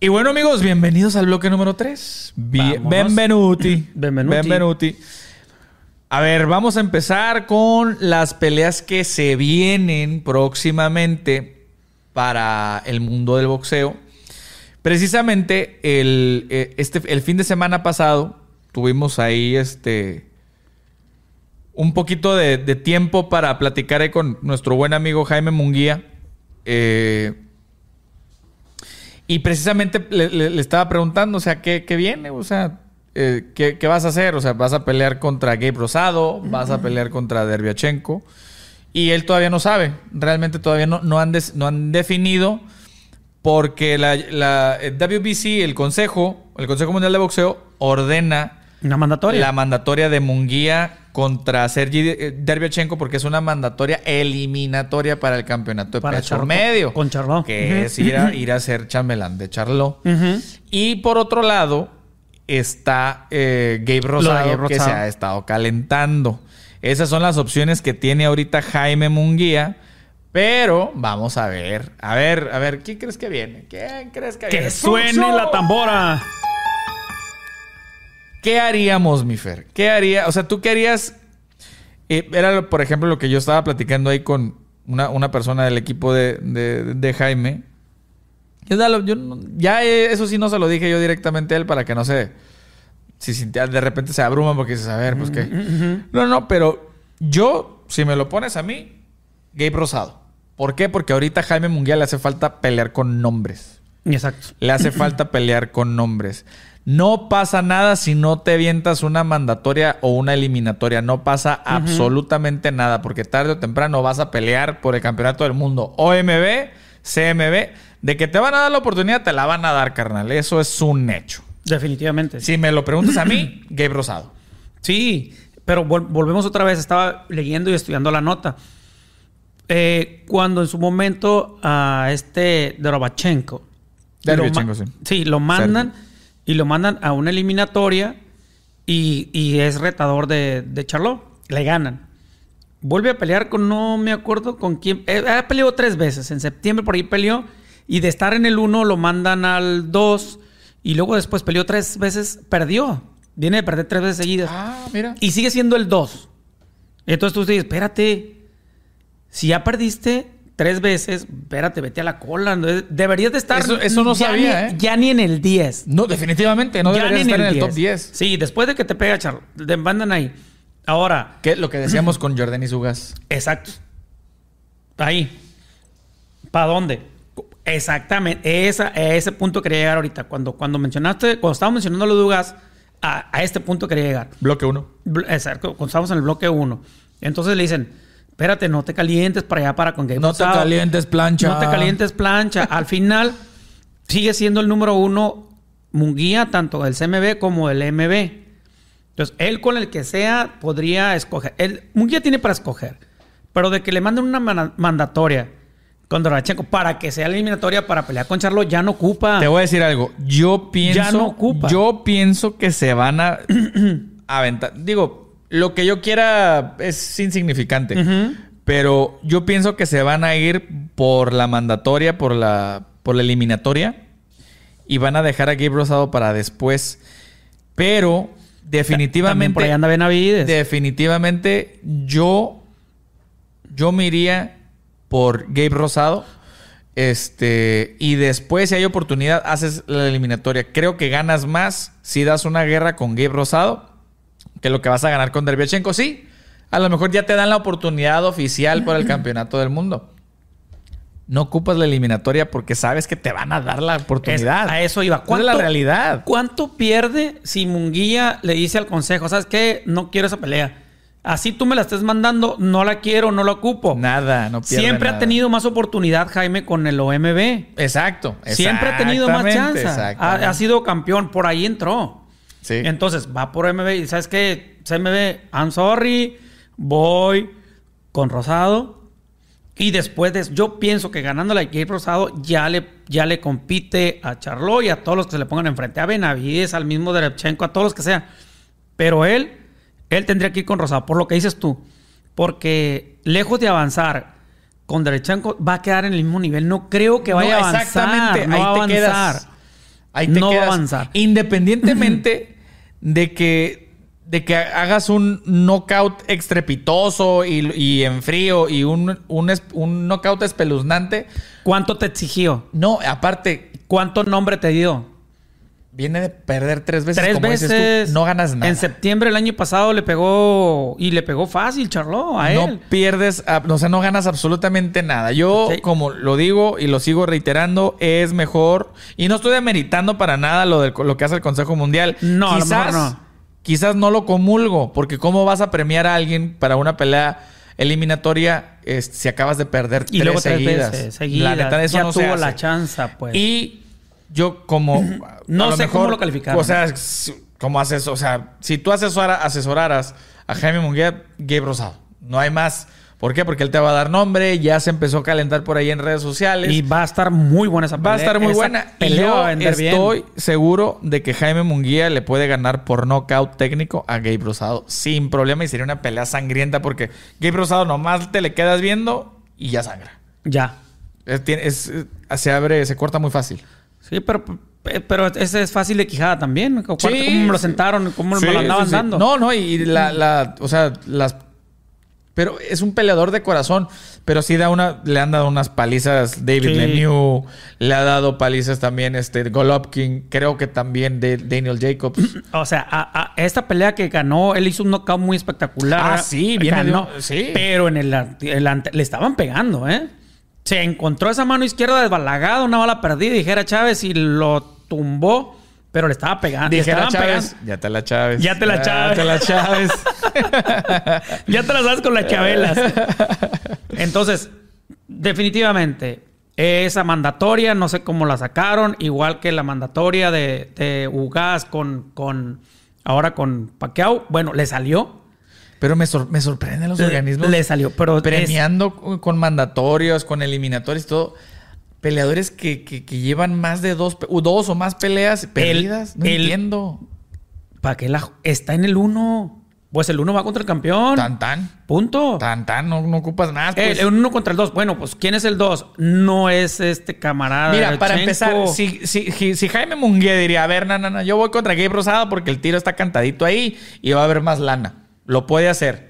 Y bueno, amigos, bienvenidos al bloque número 3. Benvenuti. Benvenuti. A ver, vamos a empezar con las peleas que se vienen próximamente para el mundo del boxeo. Precisamente el fin de semana pasado tuvimos ahí un poquito de tiempo para platicar ahí con nuestro buen amigo Jaime Munguía. Y precisamente le estaba preguntando, o sea, ¿qué viene? O sea, ¿qué vas a hacer? O sea, ¿vas a pelear contra Gabe Rosado? ¿Vas a pelear contra Derevyanchenko? Y él todavía no sabe. Realmente todavía no han definido, porque la WBC, el Consejo Mundial de Boxeo, ordena ¿una mandatoria? La mandatoria de Munguía contra Sergi Derevyanchenko, porque es una mandatoria eliminatoria para el campeonato de peso medio. Con Charlo. Que es ir a ser chambelán de Charlo. Y por otro lado está Gabe Rosado, que se ha estado calentando. Esas son las opciones que tiene ahorita Jaime Munguía. Pero vamos a ver. A ver, ¿quién crees que viene? ¿Quién crees que viene? ¡Que suene la tambora! ¿Qué haríamos, mi Fer? ¿Qué haría? O sea, ¿tú qué harías? Era, por ejemplo, lo que yo estaba platicando ahí con una persona del equipo de Jaime. Eso sí no se lo dije yo directamente a él, para que no se... Si de repente se abruma porque dices, a ver, pues qué. No, pero yo, si me lo pones a mí, Gabe Rosado. ¿Por qué? Porque ahorita a Jaime Munguía le hace falta pelear con nombres. Exacto. Le hace falta pelear con nombres. No pasa nada si no te avientas una mandatoria o una eliminatoria. No pasa absolutamente nada, porque tarde o temprano vas a pelear por el campeonato del mundo. OMB, CMB. De que te van a dar la oportunidad, te la van a dar, carnal. Eso es un hecho. Definitivamente. Si me lo preguntas a mí, Gabe Rosado. Sí, pero volvemos otra vez. Estaba leyendo y estudiando la nota. Cuando en su momento a Derevyanchenko, sí. Sí, lo mandan... Y lo mandan a una eliminatoria y es retador de Charlo. Le ganan. Vuelve a pelear con... No me acuerdo con quién. Ha peleado 3 veces. En septiembre por ahí peleó. Y de estar en el 1 lo mandan al 2. Y luego después peleó 3 veces. Perdió. Viene de perder 3 veces seguidas. Ah, mira. Y sigue siendo el 2. Entonces tú dices, espérate. Si ya perdiste 3 veces, espérate, vete a la cola. Deberías de estar... Eso no sabía, Ya ni en el 10. No, definitivamente. No deberías estar en el top 10. Sí, después de que te pega Charlo, te mandan ahí. Ahora... ¿Qué? Lo que decíamos con Yordenis Ugas. Exacto. Ahí. ¿Para dónde? Exactamente. A ese punto quería llegar ahorita. Cuando estábamos mencionando lo de Ugas, a este punto quería llegar. Bloque 1. Exacto. Cuando estábamos en el bloque 1. Entonces le dicen... Espérate, no te calientes para allá para con Gabe Rosado. No te calientes plancha. Al final, sigue siendo el número 1 Munguía, tanto del CMB como del MB. Entonces, él con el que sea podría escoger. Munguía tiene para escoger. Pero de que le manden una mandatoria con Derevyanchenko para que sea eliminatoria para pelear con Charlo, ya no ocupa. Te voy a decir algo. Ya no ocupa. Yo pienso que se van a aventar. Digo... Lo que yo quiera es insignificante. Pero yo pienso que se van a ir por la mandatoria, por la eliminatoria. Y van a dejar a Gabe Rosado para después. Pero definitivamente... Por ahí anda Benavides. Definitivamente yo me iría por Gabe Rosado. Y después, si hay oportunidad, haces la eliminatoria. Creo que ganas más si das una guerra con Gabe Rosado que lo que vas a ganar con Derevyanchenko. Sí, a lo mejor ya te dan la oportunidad oficial para el campeonato del mundo. No ocupas la eliminatoria porque sabes que te van a dar la oportunidad. A eso iba. ¿Cuál es la realidad? ¿Cuánto pierde si Munguía le dice al consejo, ¿sabes qué? No quiero esa pelea. Así tú me la estés mandando, no la quiero, no la ocupo. Nada, no pierde Siempre nada. Ha tenido más oportunidad Jaime con el OMB. Exacto. Siempre ha tenido más chance. Ha sido campeón, por ahí entró. Sí. Entonces va por MB y ¿sabes qué? CMB, I'm sorry, voy con Rosado. Y después de eso, yo pienso que ganándole a Gabe Rosado ya le compite a Charlo y a todos los que se le pongan enfrente. A Benavides, al mismo Derevyanchenko, a todos los que sean. Pero él tendría que ir con Rosado, por lo que dices tú. Porque lejos de avanzar con Derevyanchenko, va a quedar en el mismo nivel. No creo que vaya a avanzar. Exactamente, no ahí va a te avanzar. quedas. Ahí te no va a quedas. avanzar. Independientemente de que hagas un knockout estrepitoso y en frío y un knockout espeluznante. ¿Cuánto te exigió? No, aparte, ¿Cuánto nombre te dio? viene de perder 3 veces. 3 como veces. Dices tú, no ganas nada. En septiembre del año pasado le pegó fácil, Charlo, a él. No pierdes, o sea, no ganas absolutamente nada. Yo, Sí. como lo digo y lo sigo reiterando, es mejor. Y no estoy demeritando para nada lo que hace el Consejo Mundial. No, a lo mejor no. Quizás no lo comulgo, porque ¿cómo vas a premiar a alguien para una pelea eliminatoria si acabas de perder Y 3 luego seguidas? veces seguidas. La neta, eso ya no se tuvo hace. la chance, pues. Y yo como... No a lo sé mejor, cómo lo calificaron. O sea, como haces, o sea, si tú asesoraras a Jaime Munguía, Gabe Rosado. No hay más. ¿Por qué? Porque él te va a dar nombre, ya se empezó a calentar por ahí en redes sociales. Y va a estar muy buena esa pelea. Va a estar muy Esa buena. Y pelea va yo a vender bien. estoy seguro de que Jaime Munguía le puede ganar por nocaut técnico a Gabe Rosado sin problema. Y sería una pelea sangrienta porque Gabe Rosado nomás te le quedas viendo y ya sangra. Ya. Se corta muy fácil. Sí, pero ese es fácil de quijada también. ¿Cómo me lo sentaron? ¿Cómo me lo andaban dando? No, y o sea, pero es un peleador de corazón. Pero sí le han dado unas palizas David Lemieux. Le ha dado palizas también Golovkin. Creo que también Daniel Jacobs. O sea, a esta pelea que ganó, él hizo un knockout muy espectacular. Ah, sí, viene sí. Pero en le estaban pegando, ¿eh? Se encontró esa mano izquierda desbalagada, una bala perdida, dijera Chávez, y lo tumbó, pero le estaba pegando. Dijera Chávez, ya te la Chávez. Ya te la Chávez. Ya te la Chávez. Ya te la sabes con las chabelas. Entonces, definitivamente, esa mandatoria, no sé cómo la sacaron, igual que la mandatoria de Ugas ahora con Pacquiao. Bueno, le salió. Pero me sorprenden los organismos. Le salió, pero premiando con mandatorios, con eliminatorios y todo. Peleadores que llevan más de dos o más peleas perdidas. No entiendo. ¿Para qué está en el 1? Pues el 1 va contra el campeón. Tan. Punto. Tan. No ocupas más. Pues. El 1 contra el 2. Bueno, pues ¿quién es el 2? No es camarada. Mira, para Chenko. empezar, si Jaime Munguía diría, a ver, no, yo voy contra Gabe Rosado porque el tiro está cantadito ahí y va a haber más lana. Lo puede hacer.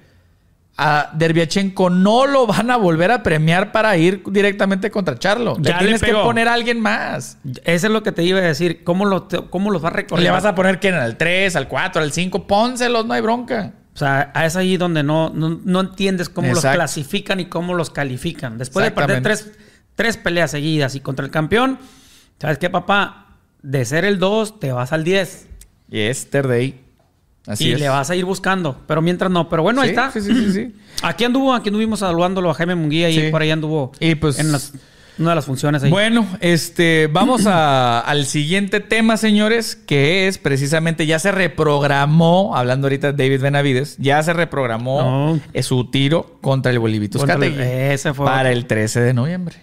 A Derbiachenko no lo van a volver a premiar para ir directamente contra Charlo. Ya le tienes le que pegó. poner a alguien más. Eso es lo que te iba a decir. ¿Cómo los va a recorrer? Le vas a poner quién, al 3, al 4, al 5. Pónselos, no hay bronca. O sea, es ahí donde no entiendes cómo Exacto. los clasifican y cómo los califican. Después de perder tres peleas seguidas y contra el campeón, ¿sabes qué, papá? De ser el 2, te vas al 10. Yesterday. Así y es. le vas a ir buscando. Pero mientras no. Pero bueno, ahí está. Sí. Aquí anduvimos saludándolo a Jaime Munguía y por ahí anduvo y pues, en una de las funciones ahí. Bueno, vamos al siguiente tema, señores, que es precisamente, ya se reprogramó, hablando ahorita de David Benavides, ya se reprogramó su tiro contra el Bolivitus Categui. Ese fue para el 13 de noviembre.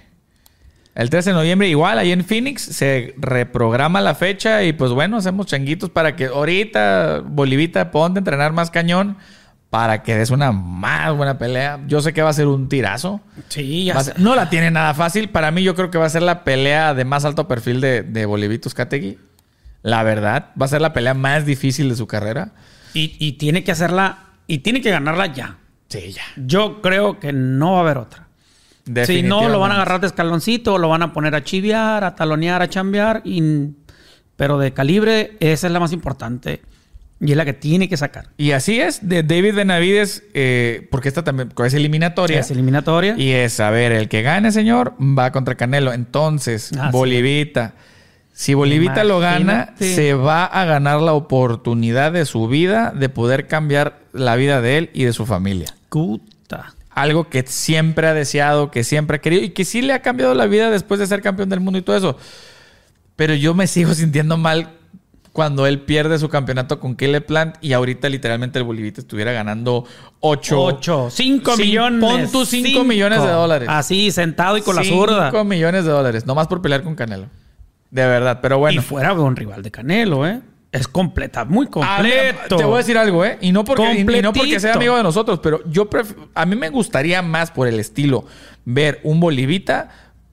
El 13 de noviembre, igual, ahí en Phoenix, se reprograma la fecha y pues bueno, hacemos changuitos para que ahorita, Bolivita, ponte a entrenar más cañón para que des una más buena pelea. Yo sé que va a ser un tirazo. Sí, ya sé. No la tiene nada fácil. Para mí, yo creo que va a ser la pelea de más alto perfil de Bolivitus Categui. La verdad, va a ser la pelea más difícil de su carrera. Y tiene que hacerla, y tiene que ganarla ya. Sí, ya. Yo creo que no va a haber otra. Si no, lo van a agarrar de escaloncito, lo van a poner a chiviar, a talonear, a chambear. Pero de calibre, esa es la más importante. Y es la que tiene que sacar. Y así es, de David Benavides, porque esta también es eliminatoria. Es eliminatoria. Y es, a ver, el que gane, señor, va contra Canelo. Entonces, Bolivita. Si Bolivita lo gana, se va a ganar la oportunidad de su vida de poder cambiar la vida de él y de su familia. Puta. Algo que siempre ha deseado, que siempre ha querido y que sí le ha cambiado la vida después de ser campeón del mundo y todo eso. Pero yo me sigo sintiendo mal cuando él pierde su campeonato con Caleb Plant y ahorita literalmente el Bolivita estuviera ganando 5 millones. Pon tus 5 millones de dólares. Así, sentado y con la zurda. 5 millones de dólares, nomás por pelear con Canelo. De verdad, pero bueno. Y fuera de un rival de Canelo, ¿eh? Es muy completo. Te voy a decir algo, ¿eh? Y no porque sea amigo de nosotros, pero a mí me gustaría más por el estilo ver un Bolivita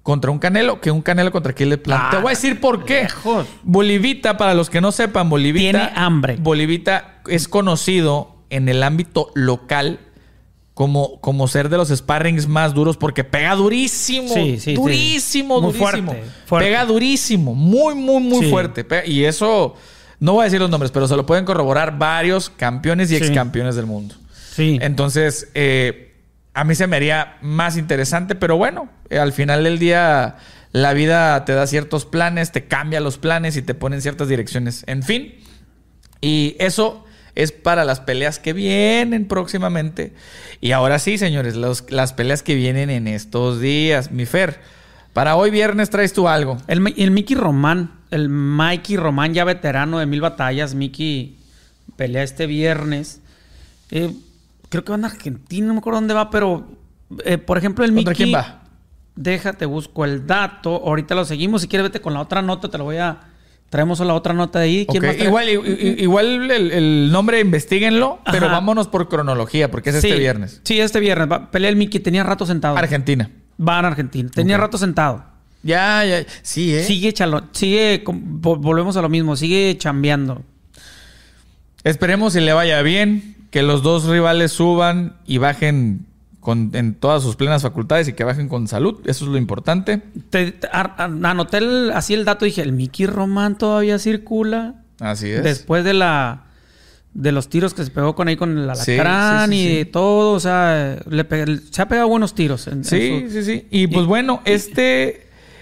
contra un Canelo que un Canelo contra Caleb Plant. Te voy a decir por qué. Lejos. Bolivita, para los que no sepan, Bolivita... Tiene hambre. Bolivita es conocido en el ámbito local como ser de los sparrings más duros porque pega durísimo. Sí. Durísimo. Muy fuerte. Pega durísimo. Muy Sí. fuerte. Y eso... No voy a decir los nombres, pero se lo pueden corroborar varios campeones y excampeones del mundo. Sí. Entonces, a mí se me haría más interesante, pero bueno, al final del día la vida te da ciertos planes, te cambia los planes y te pone en ciertas direcciones. En fin, y eso es para las peleas que vienen próximamente. Y ahora sí, señores, las peleas que vienen en estos días. Mi Fer, para hoy viernes traes tú algo. El Mikey Román, el Mikey Román, ya veterano de 1000 batallas. Mikey pelea este viernes. Creo que va en Argentina, no me acuerdo dónde va, pero por ejemplo, el Mikey. ¿Contra quién va? Déjate, busco el dato. Ahorita lo seguimos. Si quieres, vete con la otra nota, te lo voy a. Traemos la otra nota de ahí. ¿Quién Okay. más trae? Igual el nombre, investíguenlo, pero vámonos por cronología, porque es este viernes. Sí, este viernes. Pelea el Mikey, tenía rato sentado. Argentina. Va en Argentina. Tenía rato sentado. Ya. Sí, Volvemos a lo mismo. Sigue chambeando. Esperemos y le vaya bien, que los dos rivales suban y bajen en todas sus plenas facultades y que bajen con salud. Eso es lo importante. Anoté así el dato y dije, ¿el Mikey Román todavía circula? Así es. Después de los tiros que se pegó con el alacrán y todo, o sea, se ha pegado buenos tiros. Sí. Y pues bueno, este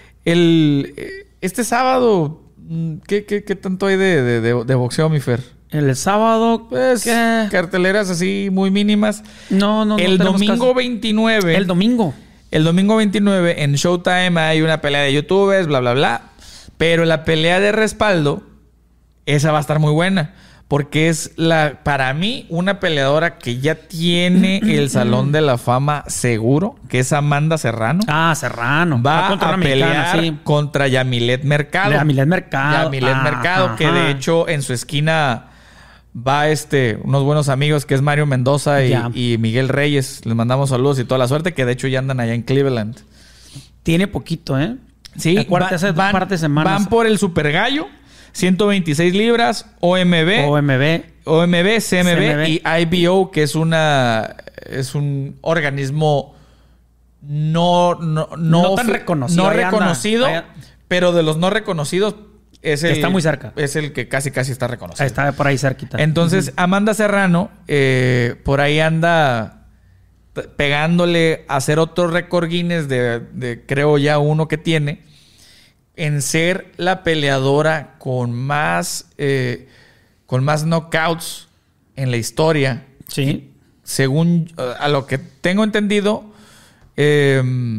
sábado, ¿qué tanto hay de boxeo, mi Fer? El sábado, pues, carteleras así muy mínimas. No. El domingo 29. El domingo 29 en Showtime hay una pelea de youtubers, bla, bla, bla. Pero la pelea de respaldo, esa va a estar muy buena. Porque es para mí, una peleadora que ya tiene el Salón de la Fama seguro, que es Amanda Serrano. Serrano. Va a pelear contra Yamilet Mercado. Yamilet Mercado, que de hecho en su esquina va unos buenos amigos que es Mario Mendoza y Miguel Reyes. Les mandamos saludos y toda la suerte, que de hecho ya andan allá en Cleveland. Tiene poquito, ¿eh? Sí, hace un par de semanas. Van por el Super Gallo, 126 libras, OMB, CMB y IBO, que es un organismo no tan reconocido. No reconocido, pero de los no reconocidos está muy cerca. Es el que casi está reconocido. Está por ahí cerquita. Entonces, Amanda Serrano por ahí anda pegándole a hacer otro récord Guinness de creo ya uno que tiene, en ser la peleadora con más knockouts en la historia. Sí. Según a lo que tengo entendido, se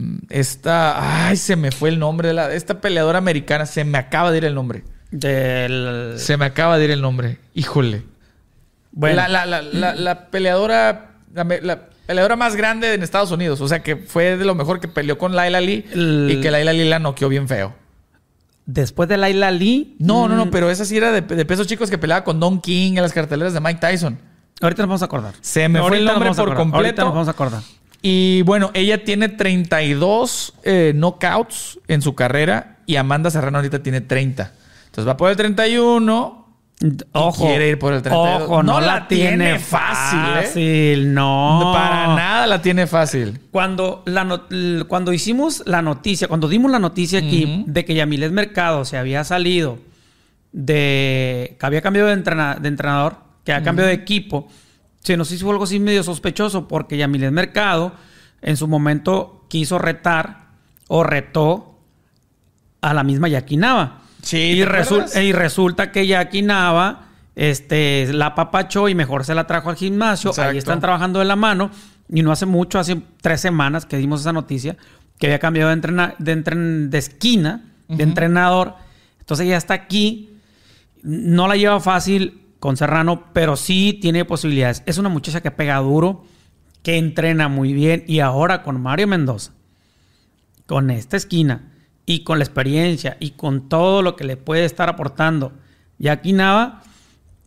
me fue el nombre de esta peleadora americana. Se me acaba de ir el nombre. Se me acaba de ir el nombre. Híjole. Bueno. La peleadora... La peleadora más grande en Estados Unidos. O sea, que fue de lo mejor, que peleó con Laila Lee y que Laila Lee la noqueó bien feo. Después de Laila Lee... No, pero esa sí era de pesos chicos, que peleaba con Don King en las carteleras de Mike Tyson. Ahorita nos vamos a acordar. Se me fue el nombre por completo. Ahorita nos vamos a acordar. Y bueno, ella tiene 32 knockouts en su carrera y Amanda Serrano ahorita tiene 30. Entonces va por el 31... Ojo, quiere ir por el 32. Ojo, no la tiene fácil. No. Para nada la tiene fácil. Cuando hicimos la noticia, cuando dimos la noticia aquí de que Yamilet Mercado se había salido que había cambiado de entrenador, que había cambiado de equipo, se nos hizo algo así medio sospechoso, porque Yamilet Mercado en su momento quiso retar o retó a la misma Jackie Nava. Sí, y resulta que Jackie Nava la apapachó y mejor se la trajo al gimnasio. Exacto. Ahí están trabajando de la mano. Y no hace mucho, hace 3 semanas que dimos esa noticia, que había cambiado de esquina, de entrenador. Entonces ya está aquí. No la lleva fácil con Serrano, pero sí tiene posibilidades. Es una muchacha que pega duro, que entrena muy bien. Y ahora con Mario Mendoza, con esta esquina, y con la experiencia y con todo lo que le puede estar aportando Jackie Nava,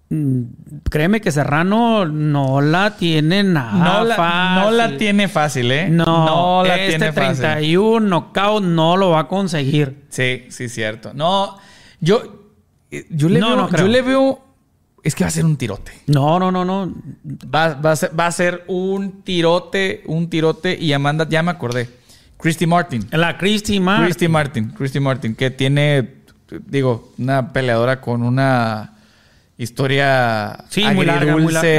créeme que Serrano no la tiene nada fácil. No la tiene fácil, ¿eh? No la tiene fácil. 31 knockout no lo va a conseguir. Sí, cierto. No, yo le veo... Es que va a ser un tirote. No. Va a ser un tirote. Y Amanda, ya me acordé. Christy Martin, que tiene, digo, una peleadora con una historia muy larga.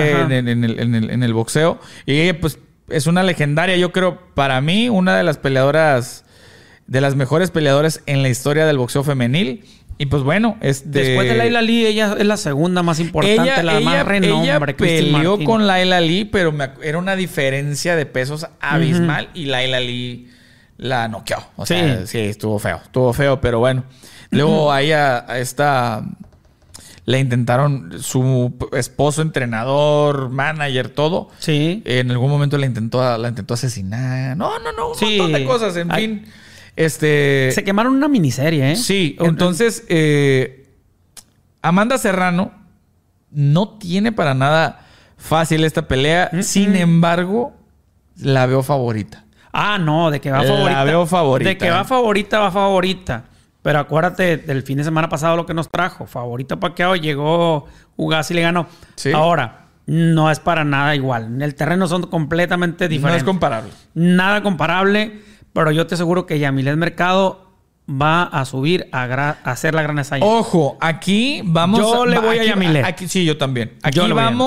en el boxeo. Y ella, pues, es una legendaria. Yo creo, para mí, una de las peleadoras, de las mejores peleadoras en la historia del boxeo femenil. Y pues bueno, después de Laila Lee, ella es la segunda más importante, la más renombre. Ella peleó con Laila Lee, pero era una diferencia de pesos abismal y Laila Lee la noqueó. O sea, sí, estuvo feo, pero bueno. Luego a esta le intentaron, su esposo, entrenador, manager, todo. Sí. En algún momento la intentó asesinar. No, un montón de cosas, en fin. Se quemaron una miniserie, ¿eh? Sí, entonces Amanda Serrano no tiene para nada fácil esta pelea. Sin embargo, la veo favorita. No, de que va favorita. La veo favorita. De que va favorita. Pero acuérdate del fin de semana pasado lo que nos trajo. Favorito Pacquiao, llegó Ugasi y le ganó. Sí. Ahora, no es para nada igual. El terreno son completamente diferentes. No es comparable. Nada comparable. Pero yo te aseguro que Yamilet Mercado va a subir a hacer la gran hazaña. Ojo, aquí vamos... Yo le voy a Yamilet. Sí, yo también. Aquí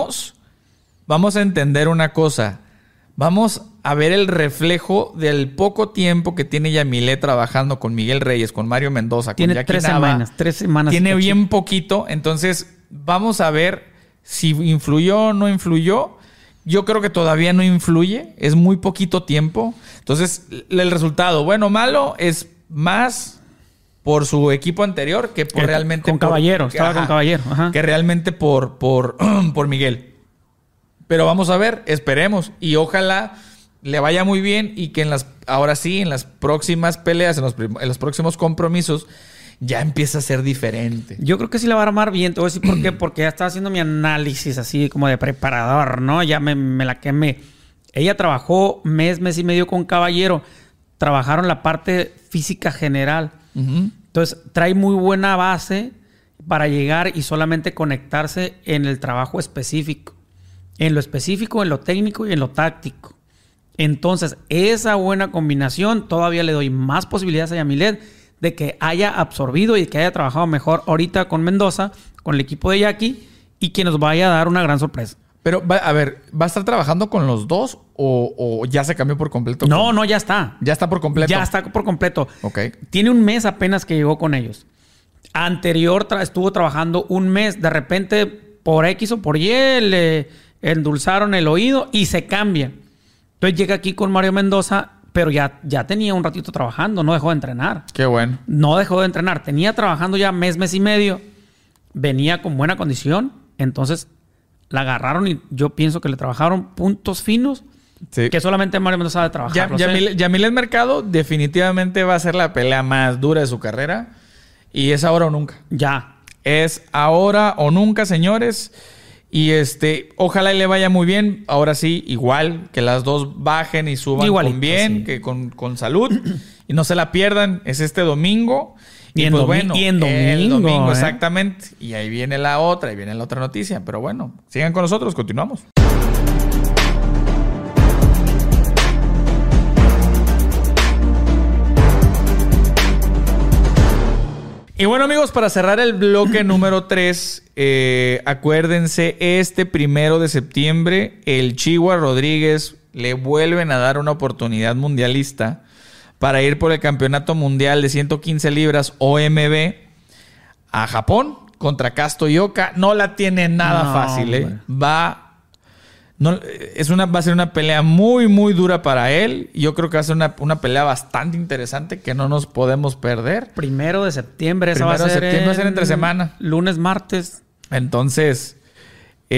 vamos a entender una cosa. Vamos a ver el reflejo del poco tiempo que tiene Yamilet trabajando con Miguel Reyes, con Mario Mendoza, tiene con Jackie 3 Nava. semanas. 3 semanas. Tiene bien poquito. Entonces, vamos a ver si influyó o no influyó. Yo creo que todavía no influye. Es muy poquito tiempo. Entonces, el resultado, bueno o malo, es más por su equipo anterior que por realmente... Con Caballero. Estaba con Caballero. Ajá. Que realmente por Miguel. Pero vamos a ver. Esperemos. Y ojalá le vaya muy bien y que ahora sí, en las próximas peleas, en los próximos compromisos, ya empieza a ser diferente. Yo creo que sí la va a armar bien. Te voy a decir por qué. Porque ya estaba haciendo mi análisis así como de preparador, ¿no? Ya me la quemé. Ella trabajó mes y medio con Caballero. Trabajaron la parte física general. Entonces, trae muy buena base para llegar y solamente conectarse en el trabajo específico. En lo específico, en lo técnico y en lo táctico. Entonces, esa buena combinación todavía le doy más posibilidades a Yamilet de que haya absorbido y que haya trabajado mejor ahorita con Mendoza, con el equipo de Jackie, y que nos vaya a dar una gran sorpresa. Pero, a ver, ¿va a estar trabajando con los dos o ya se cambió por completo? No, ya está. ¿Ya está por completo? Ya está por completo. Ok. Tiene un mes apenas que llegó con ellos. Anterior estuvo trabajando un mes. De repente, por X o por Y, le endulzaron el oído y se cambia. Entonces llega aquí con Mario Mendoza, pero ya tenía un ratito trabajando. No dejó de entrenar. Qué bueno. No dejó de entrenar. Tenía trabajando ya mes y medio. Venía con buena condición. Entonces la agarraron y yo pienso que le trabajaron puntos finos que solamente Mario Mendoza sabe trabajar. Yamilet Mercado definitivamente va a ser la pelea más dura de su carrera. Y es ahora o nunca. Ya. Es ahora o nunca, señores. Y ojalá y le vaya muy bien. Ahora sí, igual, que las dos bajen y suban igualito, con bien, sí. Que con salud. Y no se la pierdan. Es este domingo. Y en domingo. El domingo, exactamente. Y ahí viene la otra noticia. Pero bueno, sigan con nosotros, continuamos. Y bueno, amigos, para cerrar el bloque número 3, acuérdense, 1 de septiembre, el Chihuahua Rodríguez le vuelven a dar una oportunidad mundialista para ir por el campeonato mundial de 115 libras OMB a Japón contra Kazuto Ioka. No la tiene nada fácil, ¿eh? Va a ser una pelea muy, muy dura para él. Yo creo que va a ser una pelea bastante interesante que no nos podemos perder. 1 de septiembre. Esa va a ser entre semana. Lunes, martes. Entonces, 1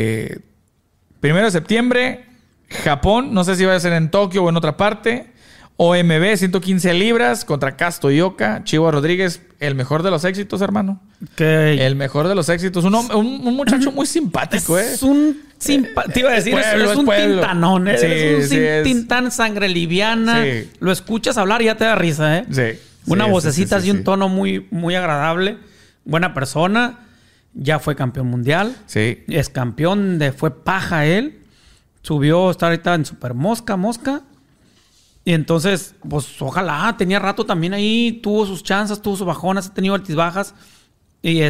de septiembre, Japón. No sé si va a ser en Tokio o en otra parte. OMB, 115 libras contra Casto y Oca. Chivo Rodríguez, el mejor de los éxitos, hermano. El mejor de los éxitos. Un muchacho muy simpático, Es un te iba a decir, es un tintanón. Es un tintán, sangre liviana. Sí. Lo escuchas hablar y ya te da risa, ¿eh? Sí. Una vocecita así, un tono muy, muy agradable. Buena persona. Ya fue campeón mundial. Sí. Es campeón fue paja él. Subió, está ahorita en Super Mosca. Y entonces, pues ojalá, tenía rato también ahí, tuvo sus chances, tuvo sus bajonas, ha tenido altibajas. Y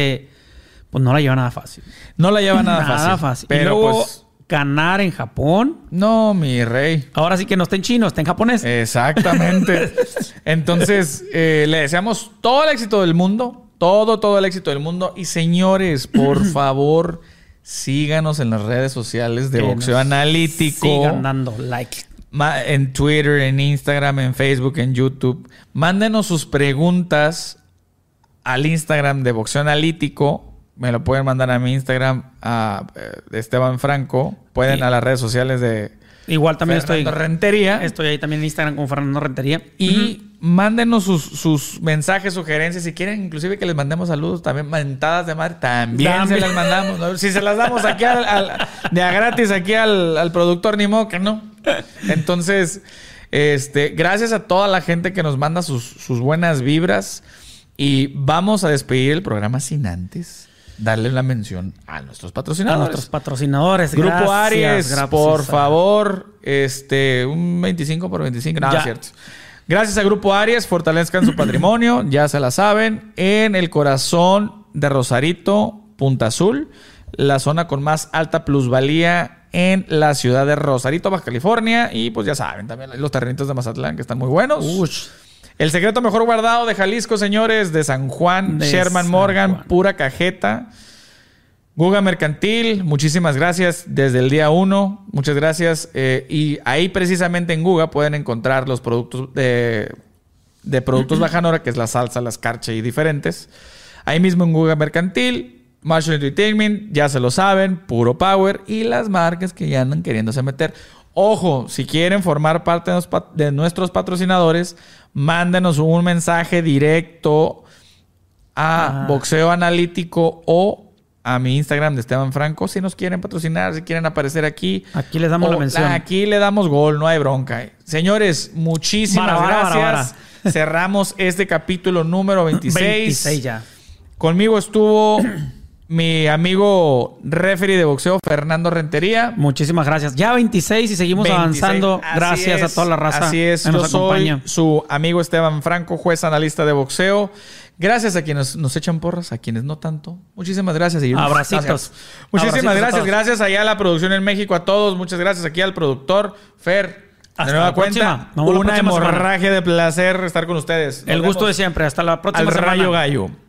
pues no la lleva nada fácil. No la lleva nada fácil. Pero y luego, pues, ganar en Japón. No, mi rey. Ahora sí que no está en chino, está en japonés. Exactamente. Entonces, le deseamos todo el éxito del mundo. Todo el éxito del mundo. Y señores, por favor, síganos en las redes sociales de Boxeo Analítico. Sigan dando like. En Twitter, en Instagram, en Facebook, en YouTube. Mándenos sus preguntas al Instagram de Boxeo Analítico. Me lo pueden mandar a mi Instagram, de Esteban Franco. Pueden a las redes sociales de igual también Fernando Rentería. Estoy ahí también en Instagram con Fernando Rentería. Y mándenos sus mensajes, sugerencias. Si quieren, inclusive que les mandemos saludos, también mentadas de madre, también se las mandamos, ¿no? Si se las damos aquí de a gratis aquí al productor, ni modo que no. Entonces, gracias a toda la gente que nos manda sus buenas vibras. Y vamos a despedir el programa sin antes darle la mención a nuestros patrocinadores. Grupo Aries, por favor, un 25 por 25. No, es cierto. Gracias a Grupo Aries, fortalezcan su patrimonio, ya se la saben, en el corazón de Rosarito, Punta Azul, la zona con más alta plusvalía en la ciudad de Rosarito, Baja California. Y pues ya saben, también los terrenitos de Mazatlán que están muy buenos. El secreto mejor guardado de Jalisco, señores, de San Juan, Sherman Morgan, pura cajeta. Guga Mercantil, muchísimas gracias desde el día 1. Muchas gracias. Y ahí precisamente en Guga pueden encontrar los productos de productos Bajanora, que es la salsa, la escarcha y diferentes. Ahí mismo en Guga Mercantil, Marshall Entertainment, ya se lo saben, puro power. Y las marcas que ya andan queriéndose meter. Ojo, si quieren formar parte de nuestros patrocinadores, mándenos un mensaje directo a Boxeo Analítico o a mi Instagram de Esteban Franco. Si nos quieren patrocinar, si quieren aparecer aquí. Aquí les damos la mención. Aquí le damos gol, no hay bronca. Señores, muchísimas gracias. Cerramos este capítulo número 26. 26 ya. Conmigo estuvo mi amigo referee de boxeo, Fernando Rentería. Muchísimas gracias. Ya 26 y seguimos avanzando. Gracias a toda la raza. Así es. Yo soy su amigo Esteban Franco, juez analista de boxeo. Gracias a quienes nos echan porras, a quienes no tanto. Muchísimas gracias. Abracitos. Muchísimas gracias. Gracias allá a la producción en México, a todos. Muchas gracias aquí al productor, Fer. Hasta de nueva cuenta, una hemorragia de placer estar con ustedes. El gusto de siempre. Hasta la próxima semana. Al Rayo Gallo.